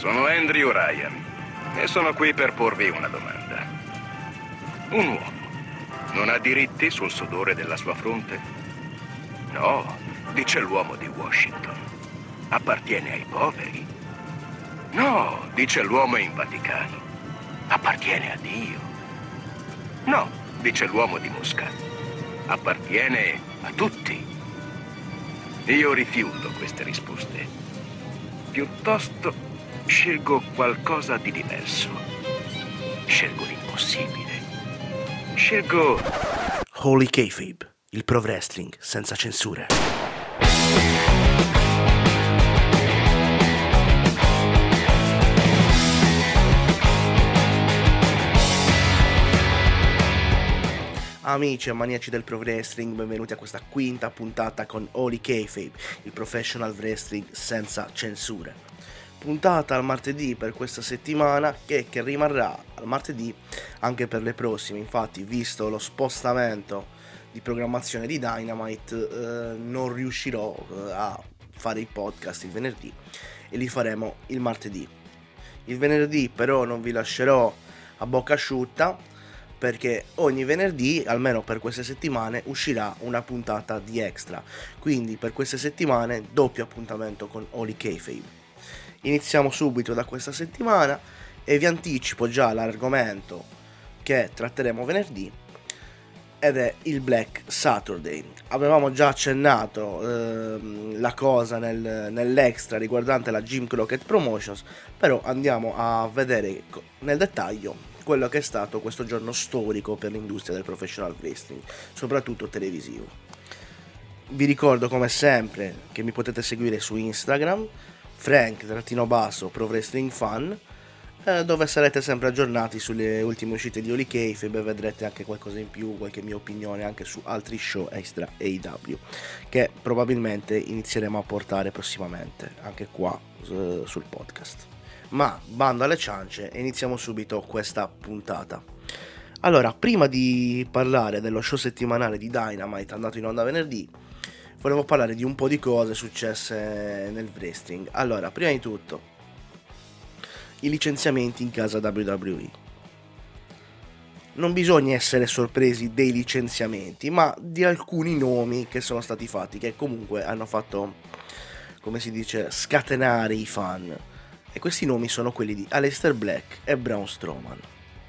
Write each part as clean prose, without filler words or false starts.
Sono Andrew Ryan e sono qui per porvi una domanda. Un uomo non ha diritti sul sudore della sua fronte? No, dice l'uomo di Washington. Appartiene ai poveri? No, dice l'uomo in Vaticano. Appartiene a Dio. No, dice l'uomo di Mosca. Appartiene a tutti. Io rifiuto queste risposte. Piuttosto scelgo qualcosa di diverso. Scelgo l'impossibile. Scelgo Holy Kayfabe, il pro wrestling senza censure. Amici e maniaci del pro wrestling, benvenuti a questa quinta puntata con Holy Kayfabe, il professional wrestling senza censure. Puntata al martedì per questa settimana che rimarrà al martedì anche per le prossime. Infatti, visto lo spostamento di programmazione di Dynamite, non riuscirò a fare i podcast il venerdì e li faremo il martedì. Il venerdì però non vi lascerò a bocca asciutta, perché ogni venerdì, almeno per queste settimane, uscirà una puntata di extra. Quindi per queste settimane doppio appuntamento con Holy Kayfabe. Iniziamo subito da questa settimana e vi anticipo già l'argomento che tratteremo venerdì, ed è il Black Saturday. Avevamo già accennato la cosa nell'extra riguardante la Jim Crockett Promotions, però andiamo a vedere nel dettaglio quello che è stato questo giorno storico per l'industria del professional wrestling, soprattutto televisivo. Vi ricordo come sempre che mi potete seguire su Instagram, Frank_Pro Wrestling Fan, dove sarete sempre aggiornati sulle ultime uscite di Holy Kayfabe e vedrete anche qualcosa in più, qualche mia opinione anche su altri show extra AEW che probabilmente inizieremo a portare prossimamente anche qua sul podcast. Ma bando alle ciance e iniziamo subito questa puntata. Allora, prima di parlare dello show settimanale di Dynamite andato in onda venerdì, volevo parlare di un po' di cose successe nel wrestling. Allora, prima di tutto, i licenziamenti in casa WWE. Non bisogna essere sorpresi dei licenziamenti, ma di alcuni nomi che sono stati fatti, che comunque hanno fatto, come si dice, scatenare i fan. E questi nomi sono quelli di Aleister Black e Braun Strowman.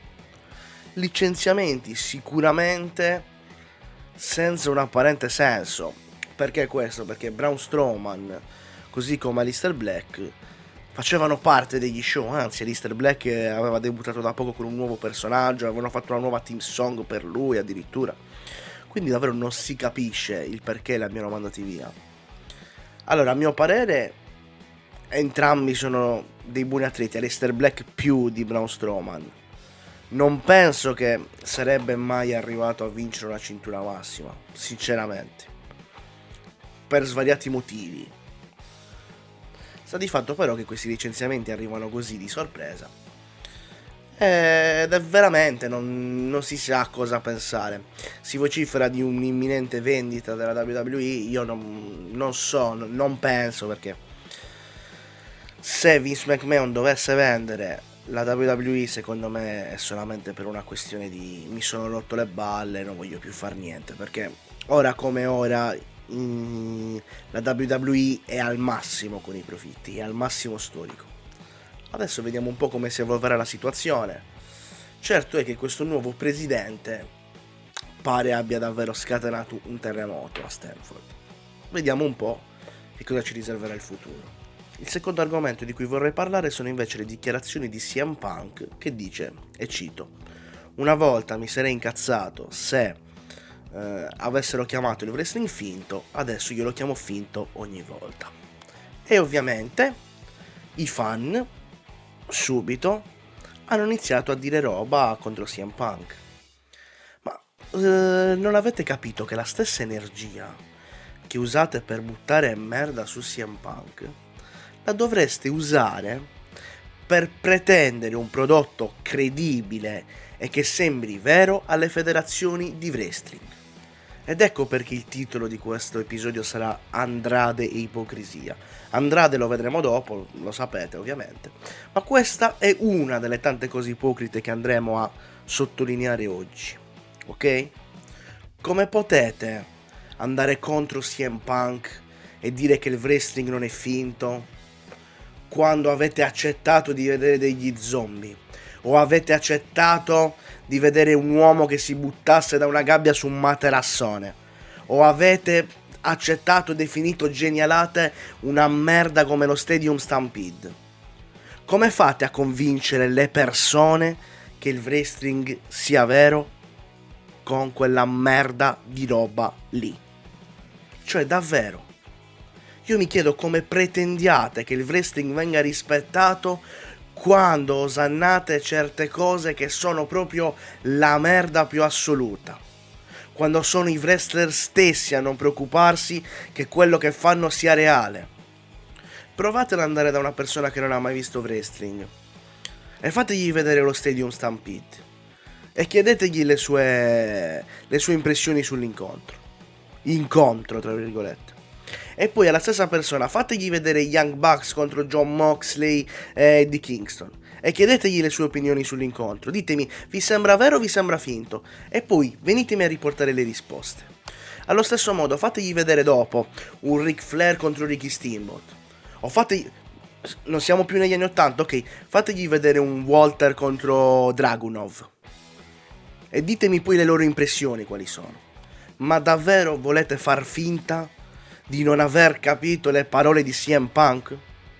Licenziamenti sicuramente senza un apparente senso. Perché questo? Perché Braun Strowman, così come Aleister Black, facevano parte degli show. Anzi, Aleister Black aveva debuttato da poco con un nuovo personaggio, avevano fatto una nuova team song per lui addirittura. Quindi davvero non si capisce il perché li abbiano mandati via. Allora, a mio parere, entrambi sono dei buoni atleti, Aleister Black più di Braun Strowman. Non penso che sarebbe mai arrivato a vincere una cintura massima, sinceramente, per svariati motivi. Sta di fatto però che questi licenziamenti arrivano così di sorpresa ed è veramente non si sa cosa pensare. Si vocifera di un'imminente vendita della WWE. Io non penso, perché se Vince McMahon dovesse vendere la WWE, secondo me è solamente per una questione di mi sono rotto le balle, non voglio più far niente, perché ora come ora la WWE è al massimo con i profitti, è al massimo storico. Adesso vediamo un po' come si evolverà la situazione. Certo è che questo nuovo presidente pare abbia davvero scatenato un terremoto a Stamford. Vediamo un po' che cosa ci riserverà il futuro. Il secondo argomento di cui vorrei parlare sono invece le dichiarazioni di CM Punk, che dice, e cito: "Una volta mi sarei incazzato se avessero chiamato il wrestling finto, adesso io lo chiamo finto ogni volta". E ovviamente i fan subito hanno iniziato a dire roba contro CM Punk. Ma non avete capito che la stessa energia che usate per buttare merda su CM Punk la dovreste usare per pretendere un prodotto credibile e che sembri vero alle federazioni di wrestling? Ed ecco perché il titolo di questo episodio sarà Andrade e ipocrisia. Andrade lo vedremo dopo, lo sapete ovviamente, ma questa è una delle tante cose ipocrite che andremo a sottolineare oggi, ok? Come potete andare contro CM Punk e dire che il wrestling non è finto quando avete accettato di vedere degli zombie o avete accettato di vedere un uomo che si buttasse da una gabbia su un materassone o avete accettato e definito genialate una merda come lo Stadium Stampede? Come fate a convincere le persone che il wrestling sia vero con quella merda di roba lì? Cioè davvero, io mi chiedo come pretendiate che il wrestling venga rispettato quando osannate certe cose che sono proprio la merda più assoluta. Quando sono i wrestler stessi a non preoccuparsi che quello che fanno sia reale. Provate ad andare da una persona che non ha mai visto wrestling e fategli vedere lo Stadium Stampede e chiedetegli le sue impressioni sull'incontro. Incontro, tra virgolette. E poi alla stessa persona fategli vedere Young Bucks contro John Moxley e Eddie Kingston e chiedetegli le sue opinioni sull'incontro. Ditemi, vi sembra vero o vi sembra finto? E poi venitemi a riportare le risposte. Allo stesso modo fategli vedere dopo un Ric Flair contro Ricky Steamboat. O fategli... non siamo più negli anni 80, ok? Fategli vedere un Walter contro Dragunov. E ditemi poi le loro impressioni quali sono. Ma davvero volete far finta di non aver capito le parole di CM Punk?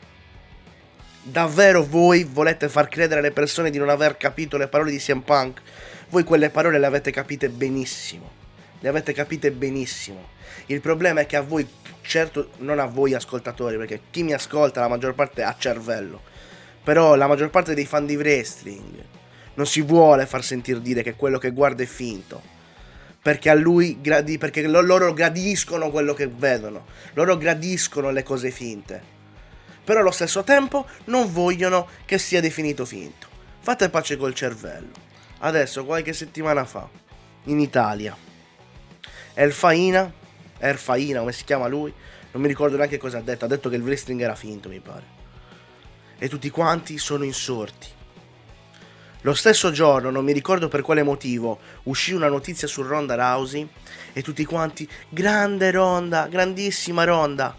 Davvero voi volete far credere alle persone di non aver capito le parole di CM Punk? Voi quelle parole le avete capite benissimo. Le avete capite benissimo. Il problema è che a voi, certo non a voi ascoltatori, perché chi mi ascolta la maggior parte ha cervello, però la maggior parte dei fan di wrestling non si vuole far sentire dire che quello che guarda è finto, perché a lui perché loro gradiscono quello che vedono, loro gradiscono le cose finte, però allo stesso tempo non vogliono che sia definito finto. Fate pace col cervello. Adesso, qualche settimana fa, in Italia, Erfaina, come si chiama lui, non mi ricordo neanche cosa ha detto che il wrestling era finto, mi pare, e tutti quanti sono insorti. Lo stesso giorno, non mi ricordo per quale motivo, uscì una notizia su Ronda Rousey e tutti quanti, grande Ronda, grandissima Ronda.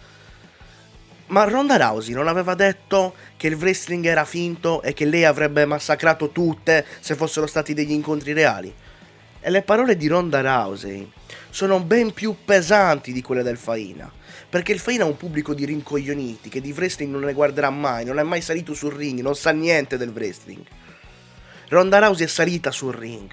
Ma Ronda Rousey non aveva detto che il wrestling era finto e che lei avrebbe massacrato tutte se fossero stati degli incontri reali? E le parole di Ronda Rousey sono ben più pesanti di quelle del Faina, perché il Faina ha un pubblico di rincoglioniti che di wrestling non ne guarderà mai, non è mai salito sul ring, non sa niente del wrestling. Ronda Rousey è salita sul ring,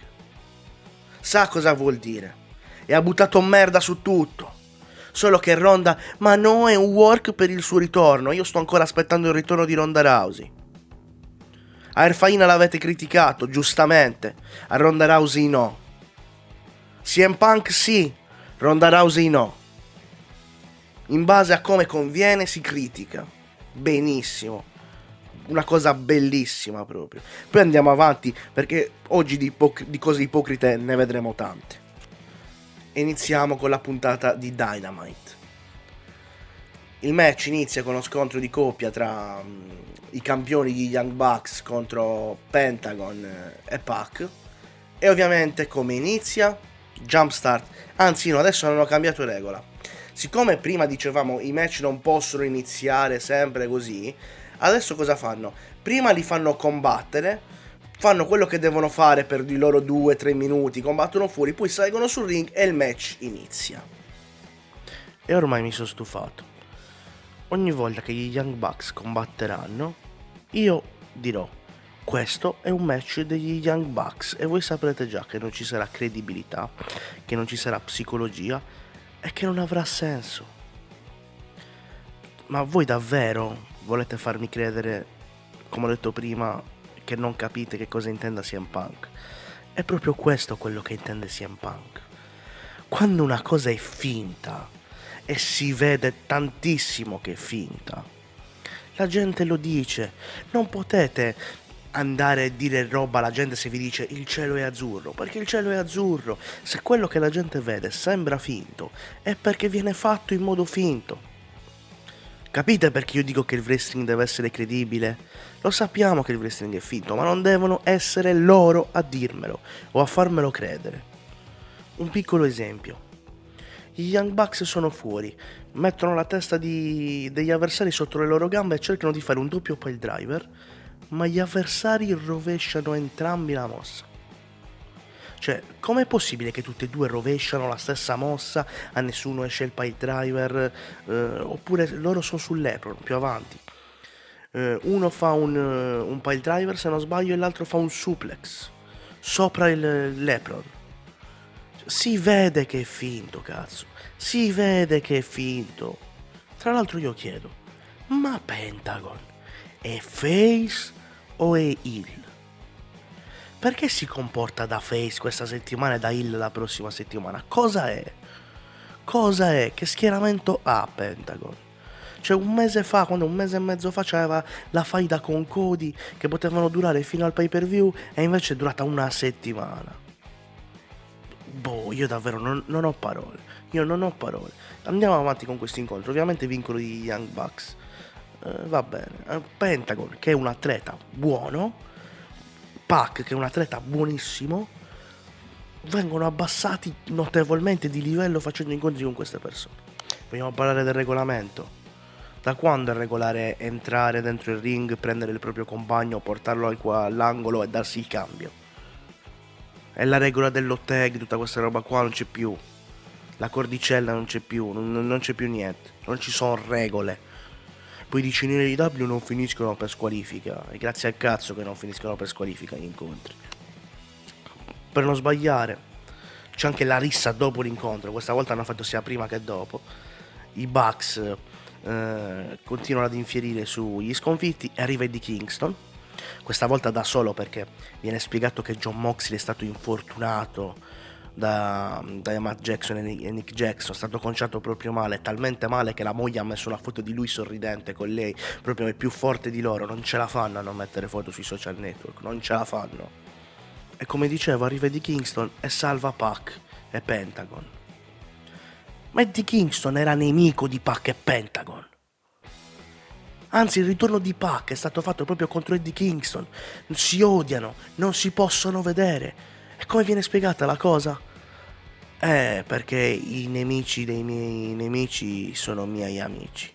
sa cosa vuol dire e ha buttato merda su tutto. Solo che Ronda, ma no, è un work per il suo ritorno. Io sto ancora aspettando il ritorno di Ronda Rousey. A Erfaina l'avete criticato, giustamente. A Ronda Rousey no. CM Punk sì, Ronda Rousey no. In base a come conviene si critica. Benissimo. Una cosa bellissima proprio. Poi andiamo avanti, perché oggi di cose ipocrite ne vedremo tante. Iniziamo con la puntata di Dynamite. Il match inizia con lo scontro di coppia tra i campioni di Young Bucks contro Pentagon e Pac. E ovviamente come inizia? Jumpstart. Anzi no, adesso hanno cambiato regola. Siccome prima dicevamo i match non possono iniziare sempre così, adesso cosa fanno? Prima li fanno combattere, fanno quello che devono fare per i loro 2-3 minuti, combattono fuori, poi salgono sul ring e il match inizia. E ormai mi sono stufato. Ogni volta che gli Young Bucks combatteranno, io dirò: questo è un match degli Young Bucks, e voi saprete già che non ci sarà credibilità, che non ci sarà psicologia e che non avrà senso. Ma voi davvero volete farmi credere, come ho detto prima, che non capite che cosa intenda CM Punk? È proprio questo quello che intende CM Punk. Quando una cosa è finta, e si vede tantissimo che è finta, la gente lo dice. Non potete andare a dire roba alla gente se vi dice il cielo è azzurro, perché il cielo è azzurro. Se quello che la gente vede sembra finto, è perché viene fatto in modo finto. Capite perché io dico che il wrestling deve essere credibile? Lo sappiamo che il wrestling è finto, ma non devono essere loro a dirmelo o a farmelo credere. Un piccolo esempio. Gli Young Bucks sono fuori, mettono la testa degli avversari sotto le loro gambe e cercano di fare un doppio pile driver, ma gli avversari rovesciano entrambi la mossa. Cioè, com'è possibile che tutti e due rovesciano la stessa mossa, a nessuno esce il pile driver, oppure loro sono sull'apron, più avanti. Uno fa un pile driver, se non sbaglio, e l'altro fa un suplex sopra l'apron. Si vede che è finto, cazzo. Si vede che è finto. Tra l'altro io chiedo, ma Pentagon è face o è heel? Perché si comporta da face questa settimana e da heel la prossima settimana? Cosa è? Cosa è? Che schieramento ha Pentagon? Cioè un mese e mezzo fa c'aveva la faida con Cody che potevano durare fino al pay per view e invece è durata una settimana. Boh, io davvero non ho parole. Io non ho parole. Andiamo avanti con questo incontro. Ovviamente vincono i Young Bucks. Va bene. Pentagon, che è un atleta buono. Pac, che è un atleta buonissimo. Vengono abbassati notevolmente di livello facendo incontri con queste persone. Vogliamo parlare del regolamento. Da quando è regolare entrare dentro il ring, prendere il proprio compagno, portarlo all'angolo e darsi il cambio? È la regola dello tag, tutta questa roba qua non c'è più. La cordicella non c'è più, non c'è più niente. Non ci sono regole. Poi dici in AEW non finiscono per squalifica. E grazie al cazzo che non finiscono per squalifica gli incontri. Per non sbagliare, c'è anche la rissa dopo l'incontro. Questa volta hanno fatto sia prima che dopo. I Bucks continuano ad infierire sugli sconfitti e arriva Eddie Kingston. Questa volta da solo, perché viene spiegato che Jon Moxley è stato infortunato da Matt Jackson e Nick Jackson, è stato conciato proprio male, talmente male che la moglie ha messo una foto di lui sorridente con lei, proprio è più forte di loro, non ce la fanno a non mettere foto sui social network, non ce la fanno. E come dicevo, arriva Eddie Kingston e salva Pac e Pentagon. Ma Eddie Kingston era nemico di Pac e Pentagon. Anzi, il ritorno di Pac è stato fatto proprio contro Eddie Kingston. Si odiano, non si possono vedere. E come viene spiegata la cosa? Perché i nemici dei miei nemici sono miei amici.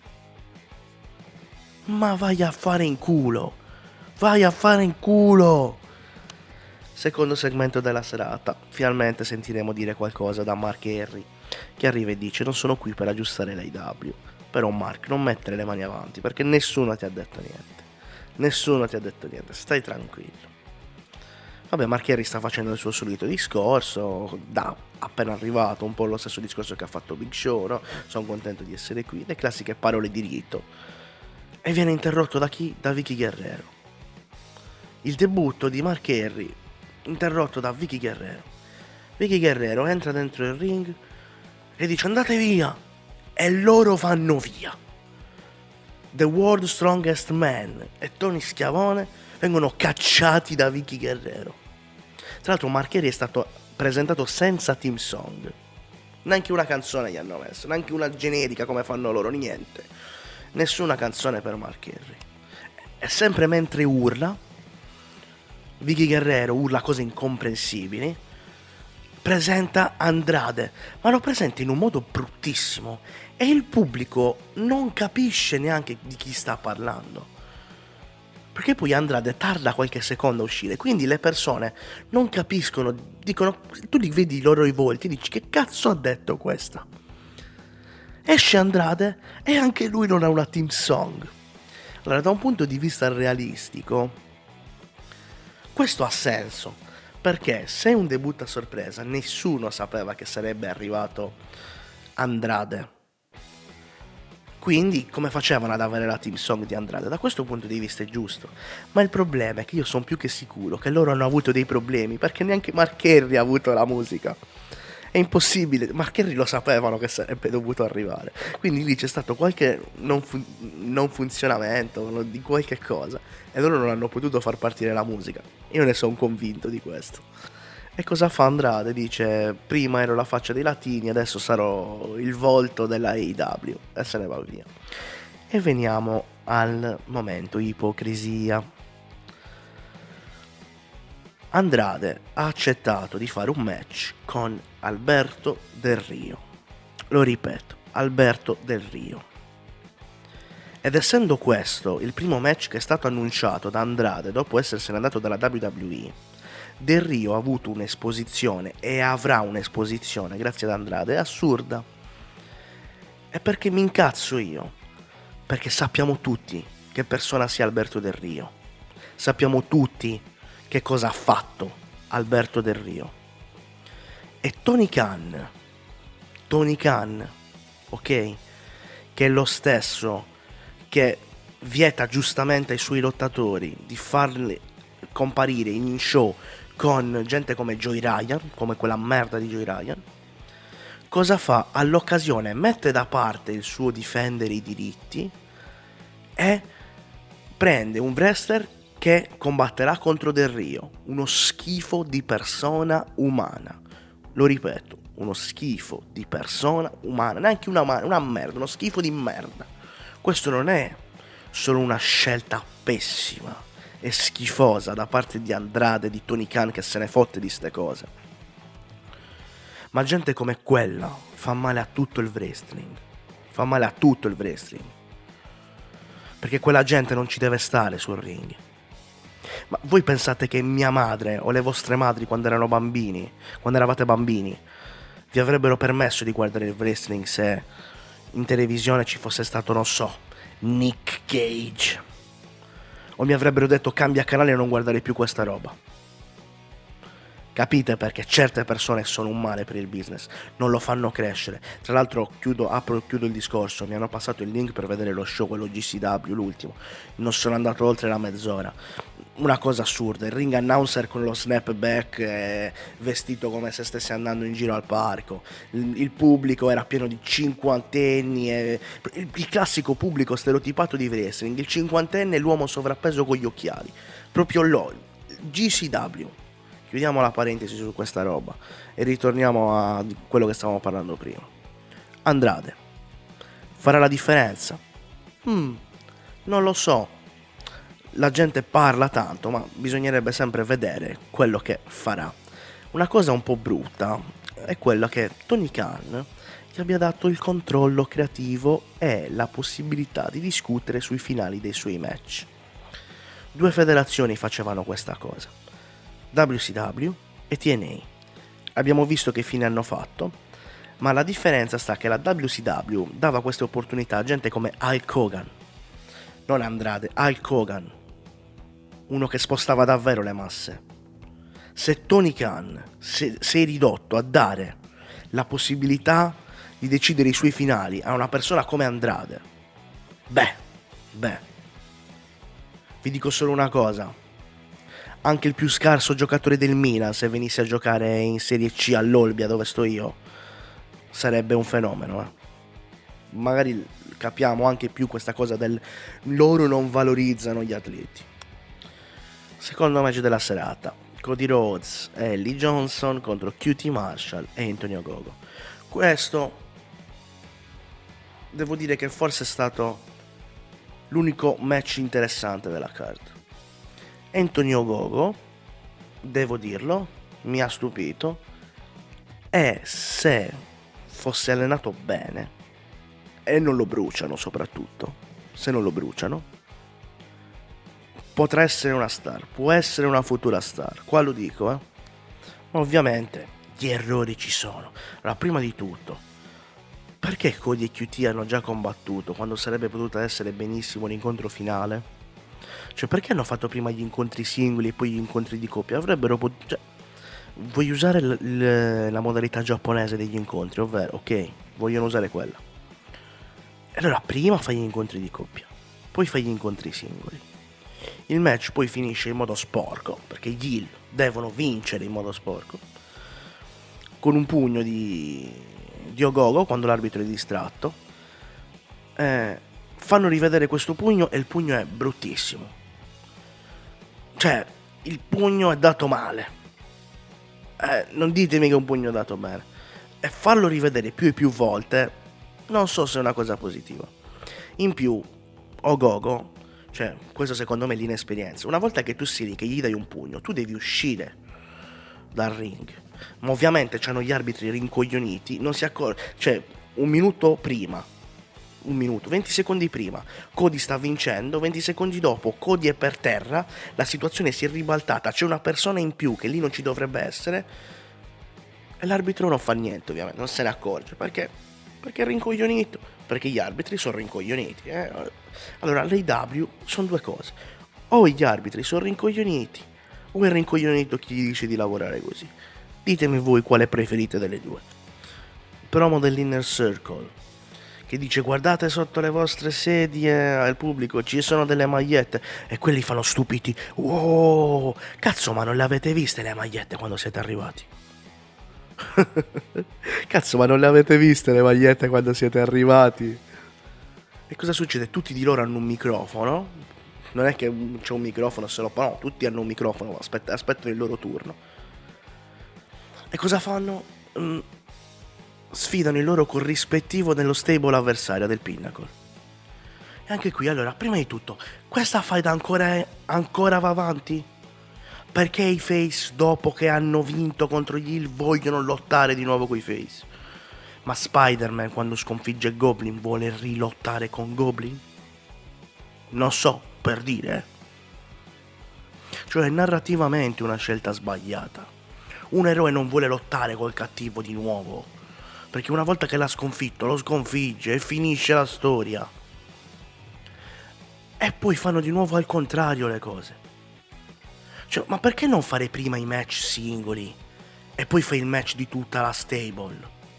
Ma vai a fare in culo! Vai a fare in culo! Secondo segmento della serata. Finalmente sentiremo dire qualcosa da Mark Henry, che arriva e dice: non sono qui per aggiustare l'AEW. Però Mark, non mettere le mani avanti, perché nessuno ti ha detto niente. Nessuno ti ha detto niente, stai tranquillo. Vabbè, Mark Henry sta facendo il suo solito discorso, da appena arrivato, un po' lo stesso discorso che ha fatto Big Show, no? Sono contento di essere qui, le classiche parole di rito. E viene interrotto da chi? Da Vickie Guerrero. Il debutto di Mark Henry, interrotto da Vickie Guerrero. Vickie Guerrero entra dentro il ring e dice: andate via! E loro vanno via. The World Strongest Man e Tony Schiavone vengono cacciati da Vickie Guerrero. Tra l'altro Mark Henry è stato presentato senza team song. Neanche una canzone gli hanno messo, neanche una generica come fanno loro, niente. Nessuna canzone per Mark Henry. E sempre mentre urla, Vickie Guerrero urla cose incomprensibili, presenta Andrade, ma lo presenta in un modo bruttissimo e il pubblico non capisce neanche di chi sta parlando, perché poi Andrade tarda qualche secondo a uscire, quindi le persone non capiscono, dicono, tu li vedi i loro volti e dici: che cazzo ha detto questa? Esce Andrade e anche lui non ha una team song. Allora, da un punto di vista realistico, questo ha senso. Perché se è un debutto a sorpresa, nessuno sapeva che sarebbe arrivato Andrade. Quindi come facevano ad avere la team song di Andrade? Da questo punto di vista è giusto. Ma il problema è che io sono più che sicuro che loro hanno avuto dei problemi, perché neanche Mark Henry ha avuto la musica. È impossibile, ma Kerry lo sapevano che sarebbe dovuto arrivare. Quindi lì c'è stato qualche non funzionamento di qualche cosa e loro non hanno potuto far partire la musica. Io ne sono convinto di questo. E cosa fa Andrade? Dice: prima ero la faccia dei latini, adesso sarò il volto della AEW, e se ne va via. E veniamo al momento ipocrisia. Andrade ha accettato di fare un match con Alberto Del Rio. Lo ripeto, Alberto Del Rio. Ed essendo questo il primo match che è stato annunciato da Andrade dopo essersene andato dalla WWE, Del Rio ha avuto un'esposizione e avrà un'esposizione grazie ad Andrade assurda. E perché mi incazzo io? Perché sappiamo tutti che persona sia Alberto Del Rio. Sappiamo tutti che cosa ha fatto Alberto Del Rio. E Tony Khan, ok? Che è lo stesso che vieta giustamente ai suoi lottatori di farli comparire in show con gente come Joey Ryan, come quella merda di Joey Ryan. Cosa fa? All'occasione mette da parte il suo difendere i diritti e prende un wrestler che combatterà contro Del Rio, uno schifo di persona umana. Lo ripeto, uno schifo di persona umana, neanche una merda, uno schifo di merda. Questo non è solo una scelta pessima e schifosa da parte di Andrade e di Tony Khan che se ne fotte di ste cose, ma gente come quella fa male a tutto il wrestling. Fa male a tutto il wrestling. Perché quella gente non ci deve stare sul ring. Ma voi pensate che mia madre o le vostre madri quando erano bambini, quando eravate bambini, vi avrebbero permesso di guardare il wrestling se in televisione ci fosse stato, non so, Nick Cage? O mi avrebbero detto cambia canale e non guardare più questa roba? Capite perché certe persone sono un male per il business, non lo fanno crescere. Tra l'altro chiudo il discorso, mi hanno passato il link per vedere lo show, quello GCW, l'ultimo. Non sono andato oltre la mezz'ora. Una cosa assurda, il ring announcer con lo snapback vestito come se stesse andando in giro al parco. Il pubblico era pieno di cinquantenni, il classico pubblico stereotipato di wrestling, il cinquantenne e l'uomo sovrappeso con gli occhiali. Proprio LOL, GCW. Chiudiamo la parentesi su questa roba e ritorniamo a quello che stavamo parlando prima. Andrade farà la differenza? Non lo so. La gente parla tanto, ma bisognerebbe sempre vedere quello che farà. Una cosa un po' brutta è quella che Tony Khan gli abbia dato il controllo creativo e la possibilità di discutere sui finali dei suoi match. Due federazioni facevano questa cosa, WCW e TNA. Abbiamo visto che fine hanno fatto, ma la differenza sta che la WCW dava queste opportunità a gente come Hulk Hogan, non Andrade, Hulk Hogan, uno che spostava davvero le masse. Se Tony Khan sei ridotto a dare la possibilità di decidere i suoi finali a una persona come Andrade, beh, vi dico solo una cosa: anche il più scarso giocatore del Milan, se venisse a giocare in Serie C all'Olbia dove sto io, sarebbe un fenomeno. Magari capiamo anche più questa cosa del loro non valorizzano gli atleti. Secondo match della serata, Cody Rhodes e Lee Johnson contro QT Marshall e Antonio Gogo. Questo devo dire che forse è stato l'unico match interessante della card. Antonio Gogo, devo dirlo, mi ha stupito, e se fosse allenato bene e non lo bruciano, soprattutto se non lo bruciano, potrà essere una star, può essere una futura star, qua lo dico, Ovviamente gli errori ci sono. Allora, prima di tutto, perché Cody e QT hanno già combattuto quando sarebbe potuta essere benissimo l'incontro finale? Cioè, perché hanno fatto prima gli incontri singoli e poi gli incontri di coppia? Avrebbero potuto... Cioè, vuoi usare la modalità giapponese degli incontri, ovvero, ok, vogliono usare quella. Allora, prima fai gli incontri di coppia, poi fai gli incontri singoli. Il match poi finisce in modo sporco, perché gli heel devono vincere in modo sporco. con un pugno di Ogogo quando l'arbitro è distratto. Fanno rivedere questo pugno e il pugno è bruttissimo. Cioè, il pugno è dato male. Non ditemi che è un pugno dato bene. E farlo rivedere più e più volte, non so se è una cosa positiva. In più, Ogogo, cioè, questo secondo me è l'inesperienza. Una volta che tu sei lì, che gli dai un pugno, tu devi uscire dal ring. Ma ovviamente c'hanno gli arbitri rincoglioniti, non si cioè, un minuto prima, 20 secondi prima, Cody sta vincendo, 20 secondi dopo Cody è per terra, la situazione si è ribaltata, c'è una persona in più che lì non ci dovrebbe essere e l'arbitro non fa niente, ovviamente, non se ne accorge, perché è rincoglionito, perché gli arbitri sono rincoglioniti. Allora, l'AEW sono due cose: o gli arbitri sono rincoglioniti o è rincoglionito chi gli dice di lavorare così. Ditemi voi quale preferite delle due. Promo dell'Inner Circle che dice: guardate sotto le vostre sedie al pubblico, ci sono delle magliette, e quelli fanno stupiti. Wow, cazzo, ma non le avete viste le magliette quando siete arrivati? Cazzo, ma non le avete viste le magliette quando siete arrivati? E cosa succede? Tutti di loro hanno un microfono. Non è che c'è un microfono se lo no, tutti hanno un microfono, aspettano il loro turno. E cosa fanno? Sfidano il loro corrispettivo nello stable avversario del Pinnacle. E anche qui, allora, prima di tutto, questa fight ancora va avanti? Perché i face, dopo che hanno vinto contro gli Hill, vogliono lottare di nuovo coi face? Ma Spider-Man, quando sconfigge Goblin, vuole rilottare con Goblin? Non so, per dire. Cioè, narrativamente una scelta sbagliata. Un eroe non vuole lottare col cattivo di nuovo, perché una volta che l'ha sconfitto, lo sconfigge e finisce la storia. E poi fanno di nuovo al contrario le cose. Cioè, ma perché non fare prima i match singoli e poi fai il match di tutta la stable?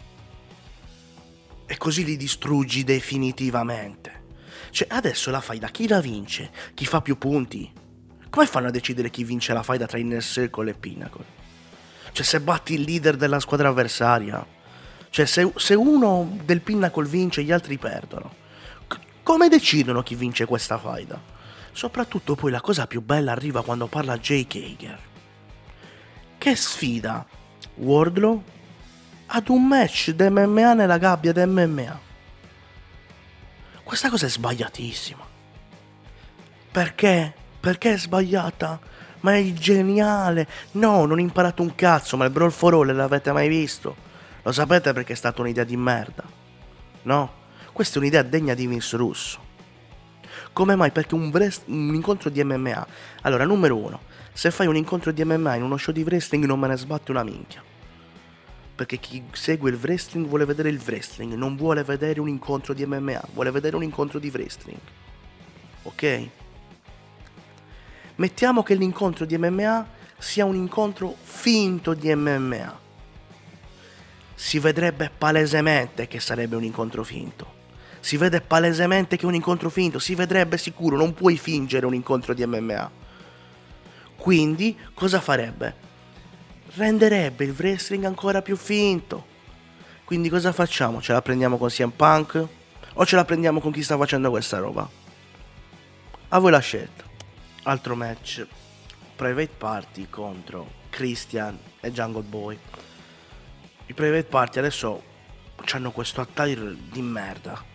E così li distruggi definitivamente. Cioè, adesso la faida chi la vince? Chi fa più punti? Come fanno a decidere chi vince la faida tra Inner Circle e Pinnacle? Cioè, se batti il leader della squadra avversaria, cioè se uno del Pinnacle vince gli altri perdono, come decidono chi vince questa faida? Soprattutto poi la cosa più bella arriva quando parla Jake Hager, che sfida Wardlow ad un match di MMA nella gabbia di MMA. Questa cosa è sbagliatissima. Perché? Perché è sbagliata? Ma è geniale. No, non ho imparato un cazzo, ma il Brawl for All l'avete mai visto? Lo sapete perché è stata un'idea di merda? No? Questa è un'idea degna di Vince Russo. Come mai? Perché un incontro di MMA... Allora, numero uno, se fai un incontro di MMA in uno show di wrestling non me ne sbatte una minchia. Perché chi segue il wrestling vuole vedere il wrestling, non vuole vedere un incontro di MMA, vuole vedere un incontro di wrestling. Ok? Mettiamo che l'incontro di MMA sia un incontro finto di MMA. Si vedrebbe palesemente che sarebbe un incontro finto. Si vede palesemente che è un incontro finto, si vedrebbe sicuro, non puoi fingere un incontro di MMA. Quindi, cosa farebbe? Renderebbe il wrestling ancora più finto. Quindi cosa facciamo? Ce la prendiamo con CM Punk? O ce la prendiamo con chi sta facendo questa roba? A voi la scelta. Altro match, Private Party contro Christian e Jungle Boy. I Private Party adesso hanno questo attire di merda.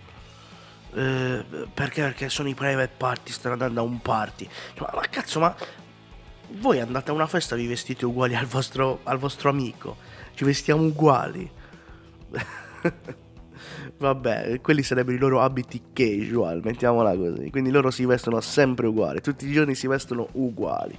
Perché sono i Private Party, stanno andando a un party. Ma cazzo, ma voi andate a una festa e vi vestite uguali al vostro amico? Ci vestiamo uguali. Vabbè, quelli sarebbero i loro abiti casual, mettiamola così. Quindi loro si vestono sempre uguali, tutti i giorni si vestono uguali.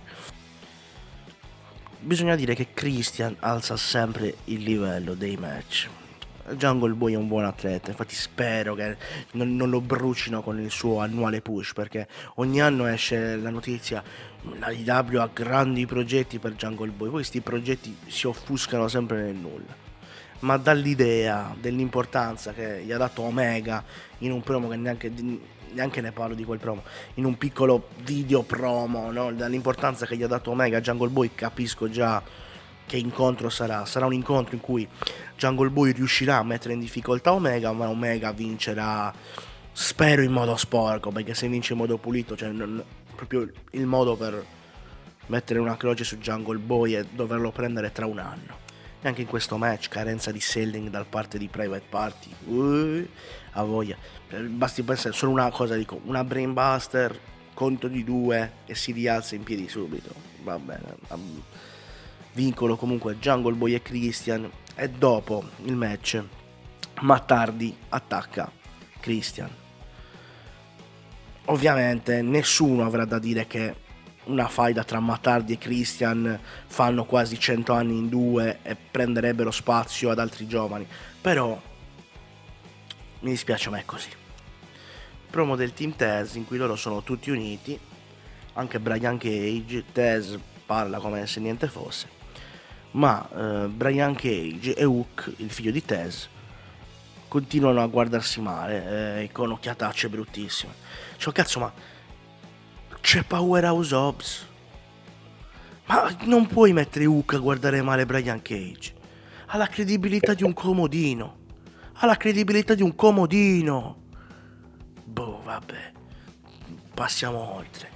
Bisogna dire che Christian alza sempre il livello dei match. Jungle Boy è un buon atleta, infatti spero che non lo brucino con il suo annuale push, perché ogni anno esce la notizia: la IW ha grandi progetti per Jungle Boy, poi questi progetti si offuscano sempre nel nulla. Ma dall'idea dell'importanza che gli ha dato Omega in un promo, che neanche ne parlo di quel promo, in un piccolo video promo, no? Dall'importanza che gli ha dato Omega a Jungle Boy, capisco già che incontro sarà. Sarà un incontro in cui Jungle Boy riuscirà a mettere in difficoltà Omega, ma Omega vincerà, spero in modo sporco, perché se vince in modo pulito, cioè proprio il modo per mettere una croce su Jungle Boy e doverlo prendere tra un anno. E anche in questo match carenza di selling da parte di Private Party, a voglia. Basti pensare solo una cosa, dico, una brainbuster, conto di 2 e si rialza in piedi subito, va bene. Vincono comunque Jungle Boy e Christian, e dopo il match Matt Hardy attacca Christian. Ovviamente nessuno avrà da dire che una faida tra Matt Hardy e Christian fanno quasi 100 anni in due e prenderebbero spazio ad altri giovani, però mi dispiace, ma è così. Promo del team Taz in cui loro sono tutti uniti, anche Brian Cage. Taz parla come se niente fosse, ma Brian Cage e Hook, il figlio di Taz, continuano a guardarsi male, con occhiatacce bruttissime. Cioè, cazzo, ma c'è Powerhouse Hobbs, ma non puoi mettere Hook a guardare male Brian Cage. Ha la credibilità di un comodino. Boh, vabbè, passiamo oltre.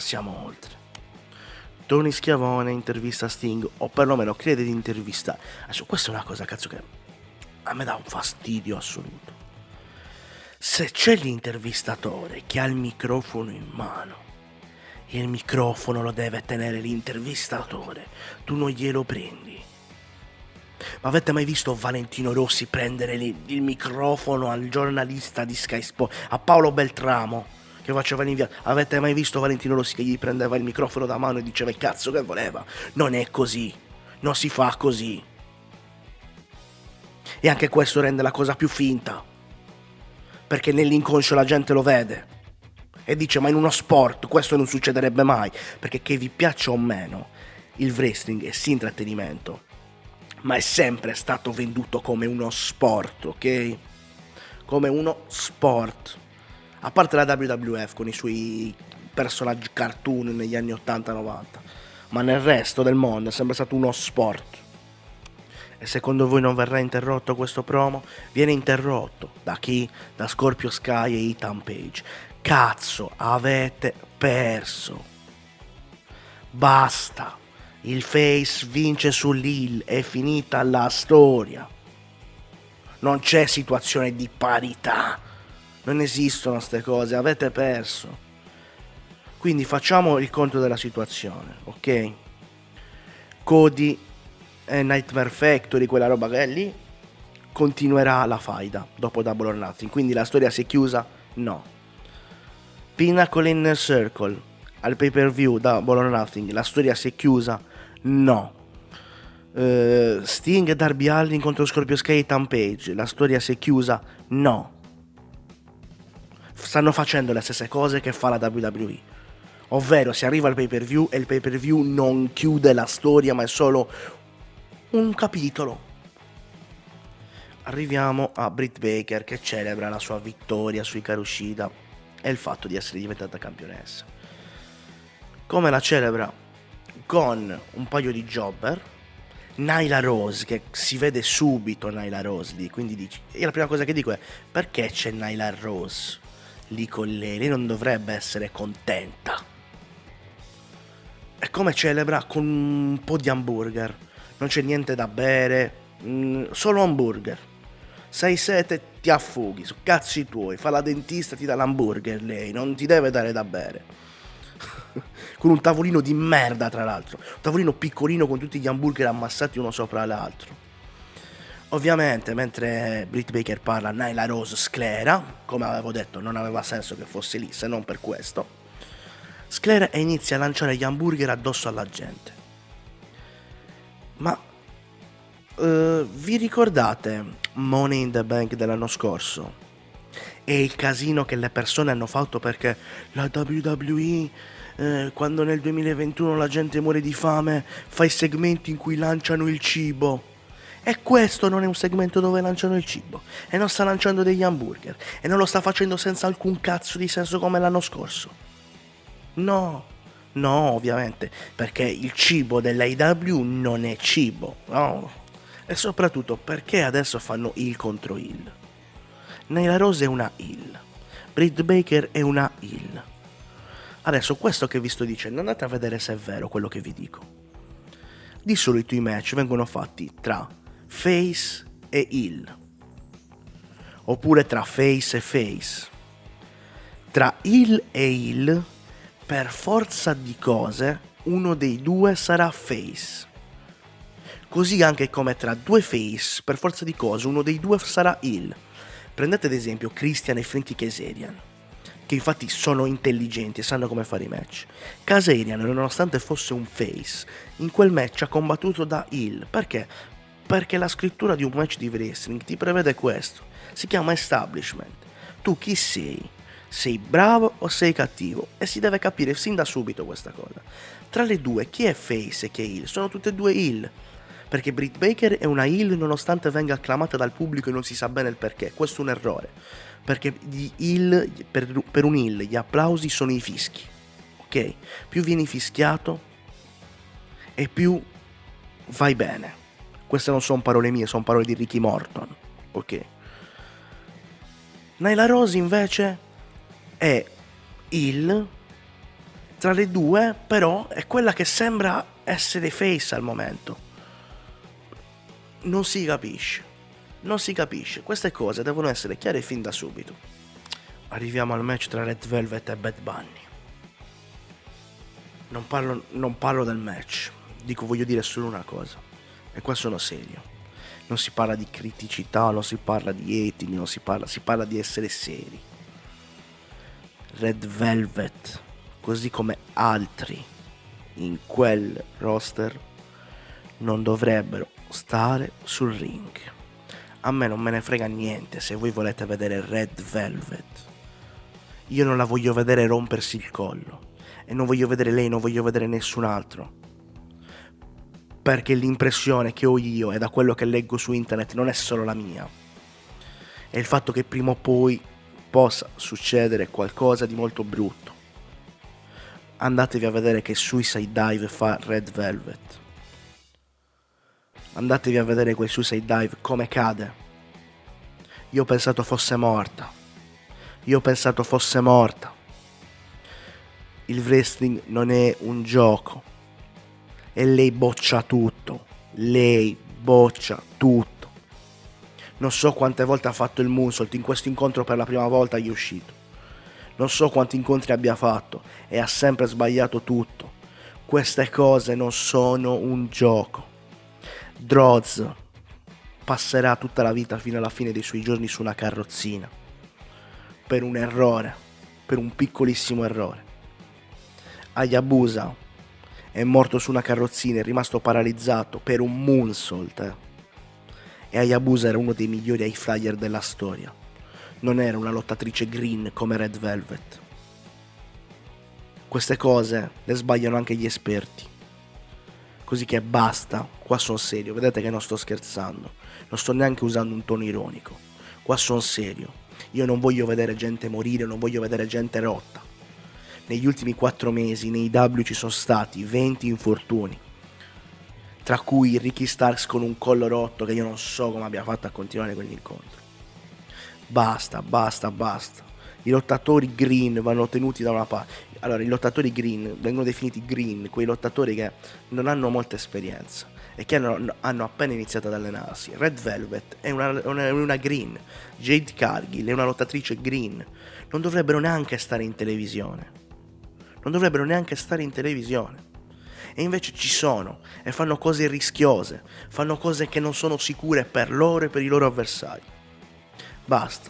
Tony Schiavone intervista Sting, o perlomeno crede di intervistare. Adesso questa è una cosa, cazzo, che a me dà un fastidio assoluto. Se c'è l'intervistatore che ha il microfono in mano, il microfono lo deve tenere l'intervistatore, tu non glielo prendi. Ma avete mai visto Valentino Rossi prendere il microfono al giornalista di Sky Sport, a Paolo Beltramo, che faceva l'inviato? Avete mai visto Valentino Rossi che gli prendeva il microfono da mano e diceva il cazzo che voleva? Non è così, non si fa così. E anche questo rende la cosa più finta, perché nell'inconscio la gente lo vede e dice: ma in uno sport questo non succederebbe mai. Perché, che vi piaccia o meno, il wrestling è sì intrattenimento, ma è sempre stato venduto come uno sport, ok? Come uno sport. A parte la WWF con i suoi personaggi cartoon negli anni 80-90, ma nel resto del mondo è sempre stato uno sport. E secondo voi non verrà interrotto questo promo? Viene interrotto da chi? Da Scorpio Sky e Ethan Page. Cazzo, avete perso. Basta. Il face vince sull'Hill, è finita la storia. Non c'è situazione di parità. Non esistono ste cose, avete perso. Quindi facciamo il conto della situazione, ok? Cody e Nightmare Factory, quella roba che è lì, continuerà la faida dopo Double or Nothing. Quindi la storia si è chiusa? No. Pinnacle Inner Circle al pay per view Double or Nothing, la storia si è chiusa? No. Sting e Darby Allin contro Scorpio Sky e Ethan Page, la storia si è chiusa? No. Stanno facendo le stesse cose che fa la WWE, ovvero si arriva al pay per view e il pay per view non chiude la storia, ma è solo un capitolo. Arriviamo a Britt Baker che celebra la sua vittoria su Hikaru Shida e il fatto di essere diventata campionessa. Come la celebra? Con un paio di jobber, Nyla Rose, che si vede subito Nyla Rose lì, quindi dici, e la prima cosa che dico è: perché c'è Nyla Rose lì con lei? Lei non dovrebbe essere contenta. E come celebra? Con un po' di hamburger, non c'è niente da bere, solo hamburger. Se hai sete ti affoghi, su cazzi tuoi, fa la dentista, ti dà l'hamburger lei, non ti deve dare da bere. Con un tavolino di merda, tra l'altro, un tavolino piccolino con tutti gli hamburger ammassati uno sopra l'altro. Ovviamente mentre Britt Baker parla, Nyla Rose sclera, come avevo detto non aveva senso che fosse lì se non per questo. Sclera e inizia a lanciare gli hamburger addosso alla gente. Ma vi ricordate Money in the Bank dell'anno scorso? E il casino che le persone hanno fatto perché la WWE, quando nel 2021 la gente muore di fame, fa i segmenti in cui lanciano il cibo. E questo non è un segmento dove lanciano il cibo, e non sta lanciando degli hamburger, e non lo sta facendo senza alcun cazzo di senso come l'anno scorso. No, No, ovviamente, perché il cibo dell'AEW non è cibo, no? E soprattutto perché adesso fanno heel contro heel. Nyla Rose è una heel, Britt Baker è una heel. Adesso questo che vi sto dicendo, andate a vedere se è vero quello che vi dico. Di solito i match vengono fatti tra face e heel, oppure tra face e face. Tra heel e heel, per forza di cose, uno dei due sarà face. Così anche come tra due face, per forza di cose, uno dei due sarà heel. Prendete ad esempio Christian e Frankie Kazarian, che infatti sono intelligenti e sanno come fare i match. Kazarian, nonostante fosse un face, in quel match ha combattuto da heel. Perché? Perché la scrittura di un match di wrestling ti prevede questo. Si chiama establishment. Tu chi sei? Sei bravo o sei cattivo? E si deve capire sin da subito questa cosa. Tra le due, chi è face e chi è heel? Sono tutte e due heel. Perché Britt Baker è una heel nonostante venga acclamata dal pubblico e non si sa bene il perché. Questo è un errore. Perché gli heel, per un heel gli applausi sono i fischi. Ok? Più vieni fischiato e più vai bene. Queste non sono parole mie, sono parole di Ricky Morton. Ok? Nyla Rose invece è heel. Tra le due però è quella che sembra essere face al momento. Non si capisce. Non si capisce. Queste cose devono essere chiare fin da subito. Arriviamo al match tra Red Velvet e Bad Bunny. Non parlo del match. Voglio dire solo una cosa. E qua sono serio. Non si parla di criticità, non si parla di etni, si parla di essere seri. Red Velvet, così come altri in quel roster, non dovrebbero stare sul ring. A me non me ne frega niente se voi volete vedere Red Velvet. Io non la voglio vedere rompersi il collo. E non voglio vedere lei, non voglio vedere nessun altro. Perché l'impressione che ho io e da quello che leggo su internet non è solo la mia. È il fatto che prima o poi possa succedere qualcosa di molto brutto. Andatevi a vedere che Suicide Dive fa Red Velvet. Andatevi a vedere quel Suicide Dive come cade. Io ho pensato fosse morta. Il wrestling non è un gioco. E lei boccia tutto. Non so quante volte ha fatto il moonsault. In questo incontro per la prima volta gli è uscito. Non so quanti incontri abbia fatto. E ha sempre sbagliato tutto. Queste cose non sono un gioco. Droz passerà tutta la vita fino alla fine dei suoi giorni su una carrozzina. Per un errore. Per un piccolissimo errore. Hayabusa è morto su una carrozzina, è rimasto paralizzato per un moonsault. E Hayabusa era uno dei migliori high flyer della storia. Non era una lottatrice green come Red Velvet. Queste cose le sbagliano anche gli esperti. Così che basta, qua sono serio, vedete che non sto scherzando. Non sto neanche usando un tono ironico. Qua sono serio. Io non voglio vedere gente morire, non voglio vedere gente rotta. Negli ultimi 4 mesi nei W ci sono stati 20 infortuni, tra cui Ricky Starks con un collo rotto che io non so come abbia fatto a continuare quell'incontro. Basta. I lottatori green vanno tenuti da una parte. Allora, i lottatori green vengono definiti green, quei lottatori che non hanno molta esperienza e che hanno appena iniziato ad allenarsi. Red Velvet è una green. Jade Cargill è una lottatrice green. Non dovrebbero neanche stare in televisione. E invece ci sono e fanno cose rischiose, fanno cose che non sono sicure per loro e per i loro avversari. Basta,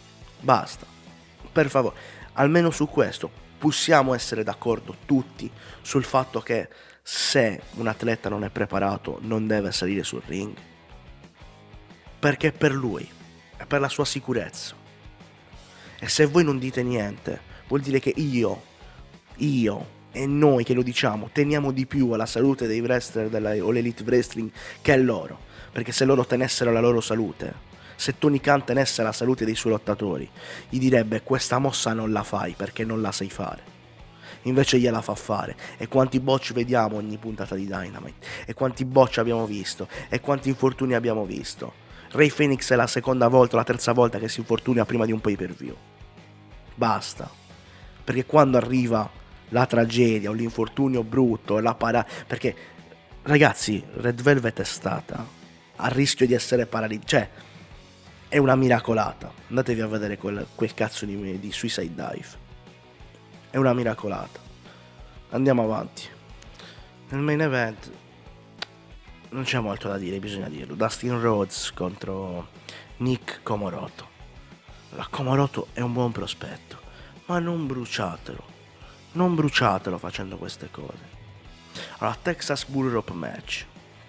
per favore, almeno su questo possiamo essere d'accordo tutti sul fatto che se un atleta non è preparato non deve salire sul ring, perché è per lui, è per la sua sicurezza. E se voi non dite niente, vuol dire che io e noi che lo diciamo teniamo di più alla salute dei wrestler o l'elite wrestling che a loro, perché se loro tenessero la loro salute, se Tony Khan tenesse la salute dei suoi lottatori, gli direbbe: questa mossa non la fai perché non la sai fare. invece gliela fa fare. E quanti botch vediamo ogni puntata di Dynamite, e quanti botch abbiamo visto, e quanti infortuni abbiamo visto. Rey Fenix è la seconda volta, la terza volta che si infortuna prima di un pay per view. Basta, perché quando arriva la tragedia o l'infortunio brutto, perché ragazzi, Red Velvet è stata a rischio di essere paralizzata, cioè è una miracolata. Andatevi a vedere quel cazzo di Suicide Dive, è una miracolata. Andiamo avanti. Nel main event non c'è molto da dire, bisogna dirlo. Dustin Rhodes contro Nick Comoroto. La Comoroto è un buon prospetto, ma non bruciatelo facendo queste cose. Allora, Texas Bull Rope match.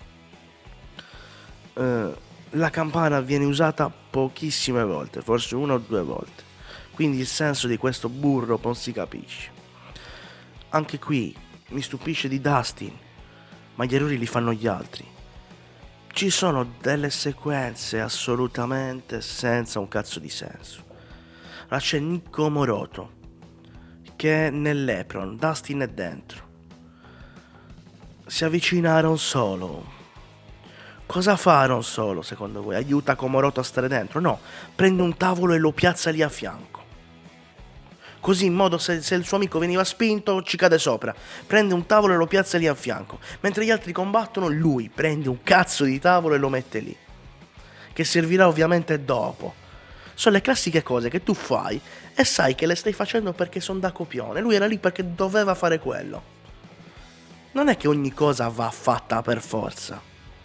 La campana viene usata pochissime volte, forse 1 o 2 volte, quindi il senso di questo bull rope non si capisce. Anche qui mi stupisce di Dustin, ma gli errori li fanno gli altri. Ci sono delle sequenze assolutamente senza un cazzo di senso. Allora c'è Nick Comoroto che è nell'apron, Dustin è dentro, si avvicina a Aaron Solo. Cosa fa Aaron Solo secondo voi? Aiuta Comoroto a stare dentro? No, prende un tavolo e lo piazza lì a fianco, così in modo se il suo amico veniva spinto ci cade sopra. Prende un tavolo e lo piazza lì a fianco. Mentre gli altri combattono, lui prende un cazzo di tavolo e lo mette lì, che servirà ovviamente dopo. Sono le classiche cose che tu fai e sai che le stai facendo perché sono da copione. Lui era lì perché doveva fare quello. Non è che ogni cosa va fatta per forza.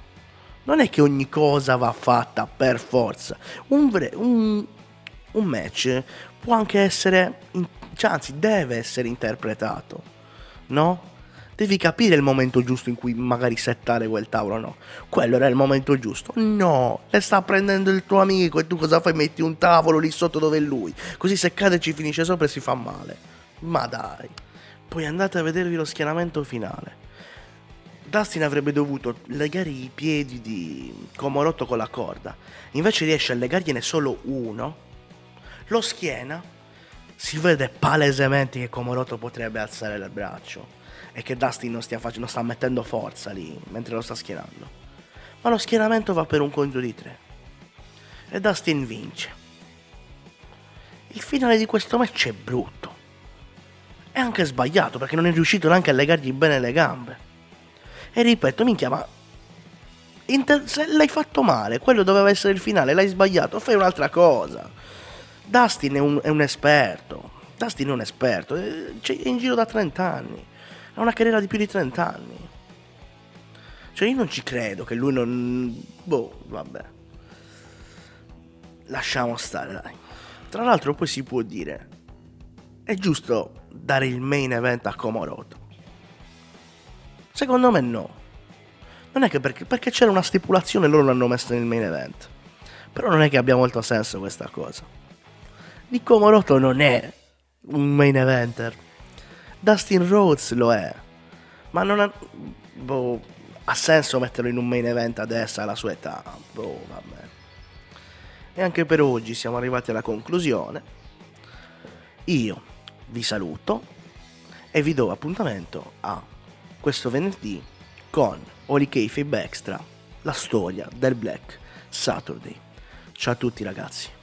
Un match può anche essere, anzi deve essere interpretato, no? Devi capire il momento giusto in cui magari settare quel tavolo, no? Quello era il momento giusto. No, le sta prendendo il tuo amico e tu cosa fai? Metti un tavolo lì sotto dove è lui, così se cade ci finisce sopra e si fa male. Ma dai. Poi andate a vedervi lo schieramento finale. Dustin avrebbe dovuto legare i piedi di Comoroto con la corda, invece riesce a legargliene solo uno, lo schiena, si vede palesemente che Comoroto potrebbe alzare il braccio e che Dustin non sta mettendo forza lì mentre lo sta schienando, ma lo schieramento va per un conto di 3 e Dustin vince. Il finale di questo match è brutto, è anche sbagliato perché non è riuscito neanche a legargli bene le gambe. E ripeto, minchia, ma se l'hai fatto male, quello doveva essere il finale, l'hai sbagliato, fai un'altra cosa. Dustin è un esperto, è in giro da 30 anni, ha una carriera di più di 30 anni. Cioè io non ci credo che lui non... vabbè. Lasciamo stare, dai. Tra l'altro poi si può dire, è giusto dare il main event a Comoroto? Secondo me no. Non è che perché c'era una stipulazione loro l'hanno messa nel main event. Però non è che abbia molto senso questa cosa. Nick Comoroto non è un main eventer. Dustin Rhodes lo è. Ma non ha... ha senso metterlo in un main event adesso alla sua età. Vabbè. E anche per oggi siamo arrivati alla conclusione. Io vi saluto e vi do appuntamento a questo venerdì con Holy Kayfabe Extra, la storia del Black Saturday. Ciao a tutti ragazzi.